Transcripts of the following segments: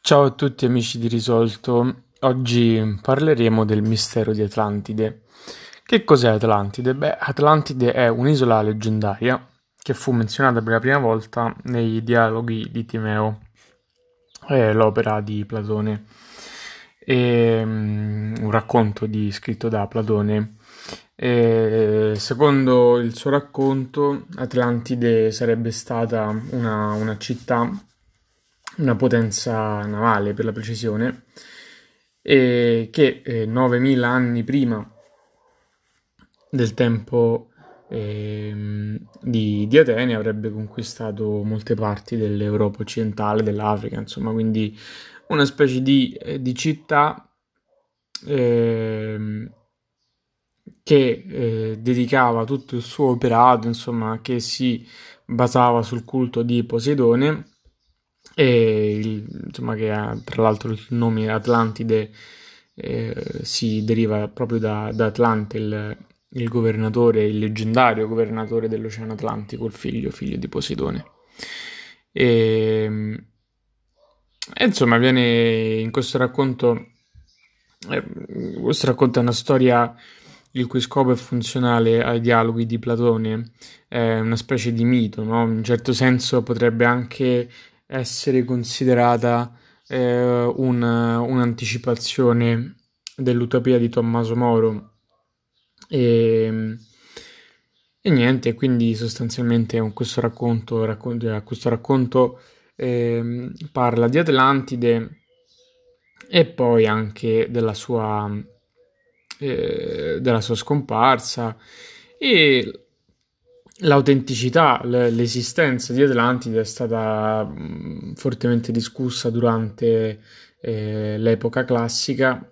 Ciao a tutti amici di Risolto, oggi parleremo del mistero di Atlantide. Che cos'è Atlantide? Beh, Atlantide è un'isola leggendaria che fu menzionata per la prima volta nei dialoghi di Timeo, l'opera di Platone, un racconto scritto da Platone. Secondo il suo racconto, Atlantide sarebbe stata una città, una potenza navale per la precisione, e che 9000 anni prima del tempo di Atene avrebbe conquistato molte parti dell'Europa occidentale, dell'Africa, insomma, quindi una specie di città ehm, che dedicava tutto il suo operato, insomma, che si basava sul culto di Poseidone insomma, che tra l'altro il nome Atlantide si deriva proprio da Atlante, il governatore, il leggendario governatore dell'Oceano Atlantico, il figlio di Poseidone. E, insomma, viene in questo racconto è una storia il cui scopo è funzionale ai dialoghi di Platone, è una specie di mito, no? In un certo senso potrebbe anche essere considerata un'anticipazione dell'utopia di Tommaso Moro. E, e niente, quindi sostanzialmente questo racconto parla di Atlantide e poi anche della sua scomparsa e l'autenticità, l'esistenza di Atlantide è stata fortemente discussa durante l'epoca classica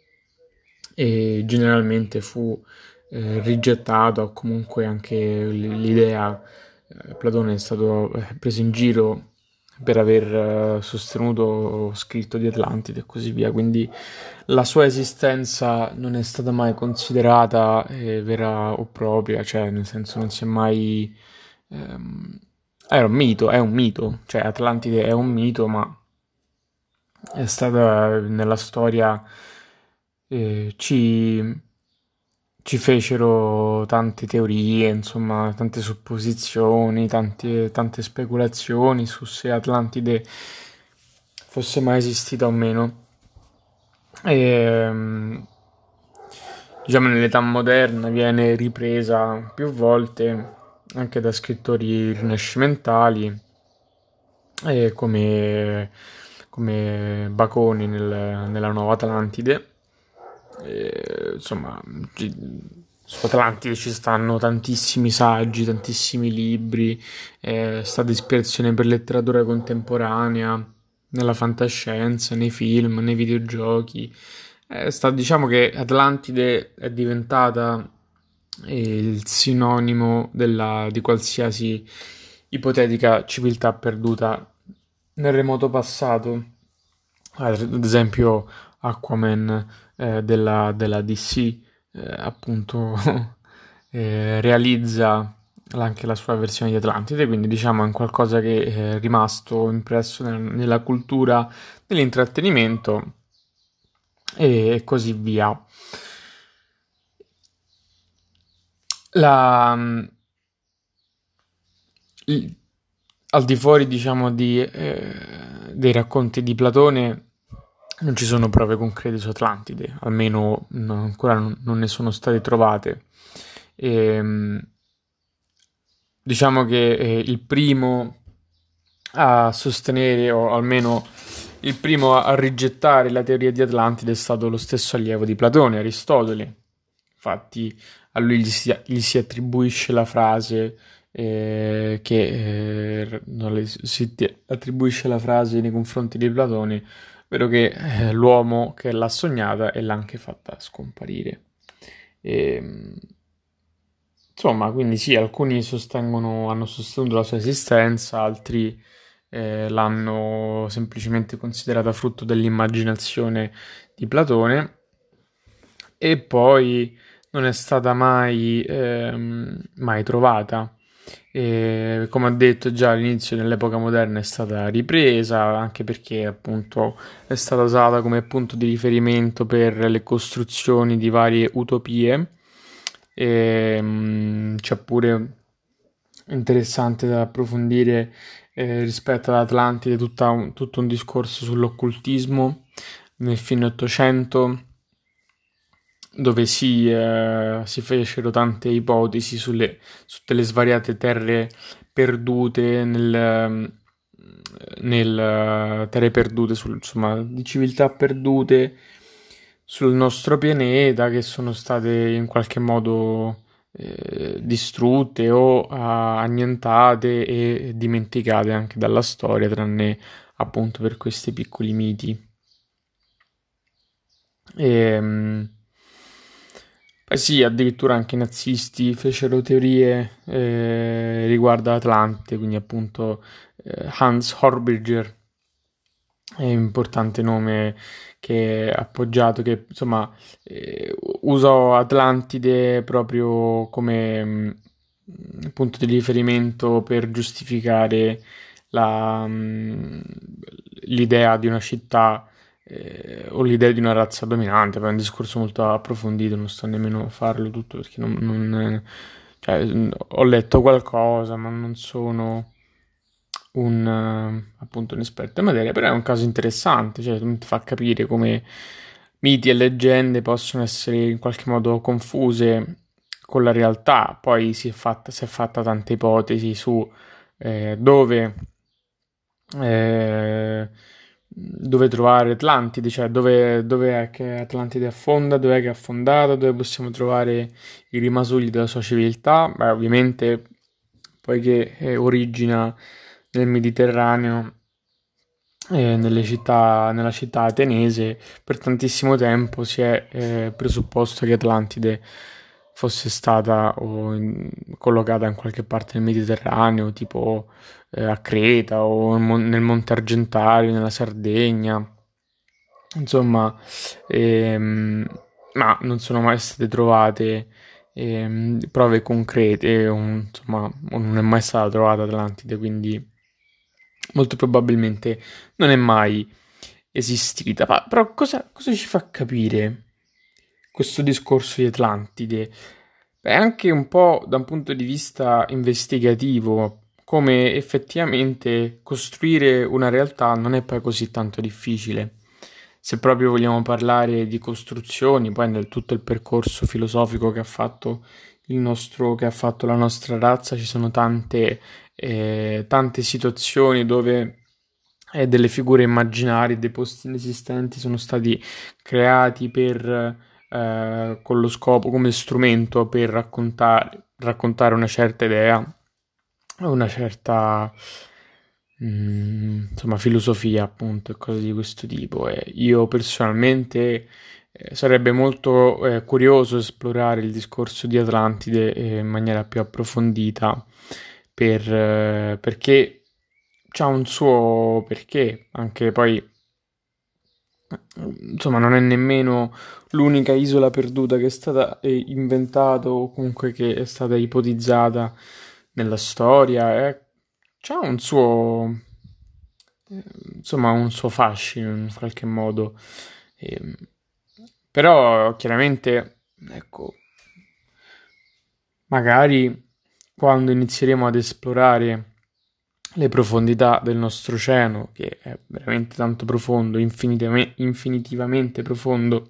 e generalmente fu rigettata o comunque anche l'idea, Platone è stato preso in giro per aver sostenuto o scritto di Atlantide e così via, quindi la sua esistenza non è stata mai considerata vera o propria, cioè nel senso non si è mai... era un mito, cioè Atlantide è un mito, ma è stata nella storia eh, ci, ci fecero tante teorie, insomma, tante supposizioni, tante speculazioni su se Atlantide fosse mai esistita o meno. E, diciamo, nell'età moderna viene ripresa più volte anche da scrittori rinascimentali come Baconi nella Nuova Atlantide. Insomma, su Atlantide ci stanno tantissimi saggi, tantissimi libri, è stata ispirazione per letteratura contemporanea, nella fantascienza, nei film, nei videogiochi. Diciamo che Atlantide è diventata il sinonimo di qualsiasi ipotetica civiltà perduta nel remoto passato. Ad esempio Aquaman della DC appunto realizza anche la sua versione di Atlantide, quindi diciamo è un qualcosa che è rimasto impresso nella cultura dell'intrattenimento e così via. La, il- Al di fuori, diciamo, dei racconti di Platone, non ci sono prove concrete su Atlantide, almeno ancora non ne sono state trovate. E, diciamo che il primo a sostenere, o almeno il primo a rigettare la teoria di Atlantide è stato lo stesso allievo di Platone, Aristotele. Infatti, a lui gli si attribuisce la frase si attribuisce la frase nei confronti di Platone, ovvero che l'uomo che l'ha sognata e l'ha anche fatta scomparire. E, insomma, quindi sì, alcuni hanno sostenuto la sua esistenza, altri l'hanno semplicemente considerata frutto dell'immaginazione di Platone e poi non è stata mai trovata. E, come ho detto già all'inizio, nell'epoca moderna è stata ripresa, anche perché appunto è stata usata come punto di riferimento per le costruzioni di varie utopie. E, c'è pure interessante da approfondire rispetto ad Atlantide, tutto un discorso sull'occultismo nel fine Ottocento, dove si fecero tante ipotesi su delle svariate terre perdute terre perdute, insomma, di civiltà perdute sul nostro pianeta che sono state in qualche modo distrutte o annientate e dimenticate anche dalla storia, tranne appunto per questi piccoli miti. E, sì, addirittura anche i nazisti fecero teorie riguardo Atlante, quindi appunto Hans Horbiger è un importante nome che è appoggiato, che insomma usò Atlantide proprio come punto di riferimento per giustificare l'idea di una città o l'idea di una razza dominante. Poi è un discorso molto approfondito, non sto nemmeno a farlo tutto perché cioè, ho letto qualcosa, ma non sono appunto un esperto in materia, però è un caso interessante, cioè ti fa capire come miti e leggende possono essere in qualche modo confuse con la realtà. Poi si è fatta tante ipotesi su dove eh, dove trovare Atlantide, cioè dove è che Atlantide affonda, dove è che è affondata, dove possiamo trovare i rimasugli della sua civiltà. Beh, ovviamente, poiché origina nel Mediterraneo, nella città ateniese, per tantissimo tempo si è presupposto che Atlantide fosse stata collocata in qualche parte del Mediterraneo, tipo a Creta o nel Monte Argentario, nella Sardegna, insomma, ehm, ma non sono mai state trovate prove concrete, insomma, non è mai stata trovata Atlantide, quindi molto probabilmente non è mai esistita. Però cosa ci fa capire questo discorso di Atlantide? Beh, anche un po' da un punto di vista investigativo, come effettivamente costruire una realtà non è poi così tanto difficile. Se proprio vogliamo parlare di costruzioni, poi nel tutto il percorso filosofico che ha fatto la nostra razza, ci sono tante situazioni dove delle figure immaginarie, dei posti inesistenti sono stati creati con lo scopo, come strumento per raccontare una certa idea, una certa insomma, filosofia, appunto, e cose di questo tipo. E io personalmente sarebbe molto curioso esplorare il discorso di Atlantide in maniera più approfondita perché c'ha un suo perché, anche poi insomma non è nemmeno l'unica isola perduta che è stata inventata o comunque che è stata ipotizzata nella storia, c'ha un suo insomma un suo fascino in qualche modo. Ehm, Però chiaramente ecco, magari quando inizieremo ad esplorare le profondità del nostro oceano, che è veramente tanto profondo, infinitivamente profondo,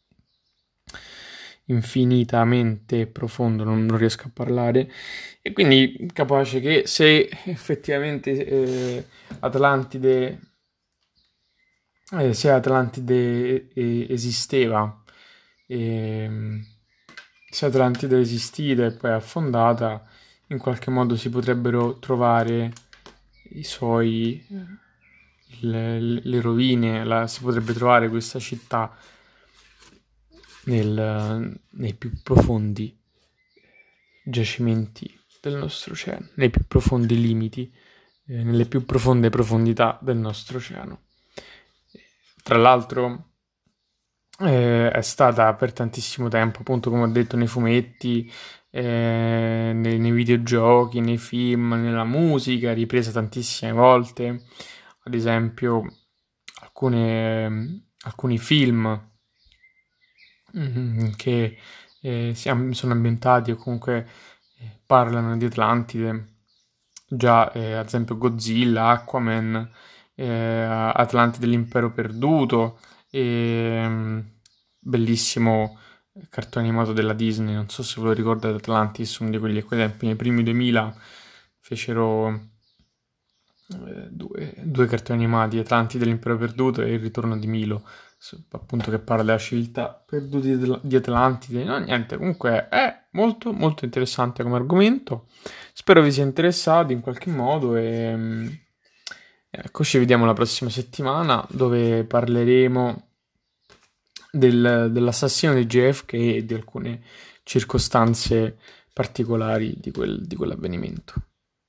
infinitamente profondo, non riesco a parlare, e quindi capace che se effettivamente Atlantide, se Atlantide esisteva, ehm, se Atlantide è esistita e poi è affondata, in qualche modo si potrebbero trovare i suoi le rovine, si potrebbe trovare questa città nei più profondi giacimenti del nostro oceano, nei più profondi limiti, nelle più profonde profondità del nostro oceano. Tra l'altro è stata per tantissimo tempo, appunto come ho detto nei fumetti, nei videogiochi, nei film, nella musica, ripresa tantissime volte. Ad esempio, alcuni film che sono ambientati o comunque parlano di Atlantide. Già, ad esempio, Godzilla, Aquaman, Atlantide dell'Impero Perduto, bellissimo cartone animato della Disney, non so se ve lo ricordate, Atlantis, uno di quelli a quei tempi, nei primi 2000 fecero due cartoni animati, Atlantide dell'Impero Perduto e Il ritorno di Milo, appunto, che parla della civiltà perduta di Atlantide. No, niente, comunque è molto molto interessante come argomento. Spero vi sia interessato in qualche modo e ecco, ci vediamo la prossima settimana dove parleremo dell'assassino di JFK e di alcune circostanze particolari di quell'avvenimento.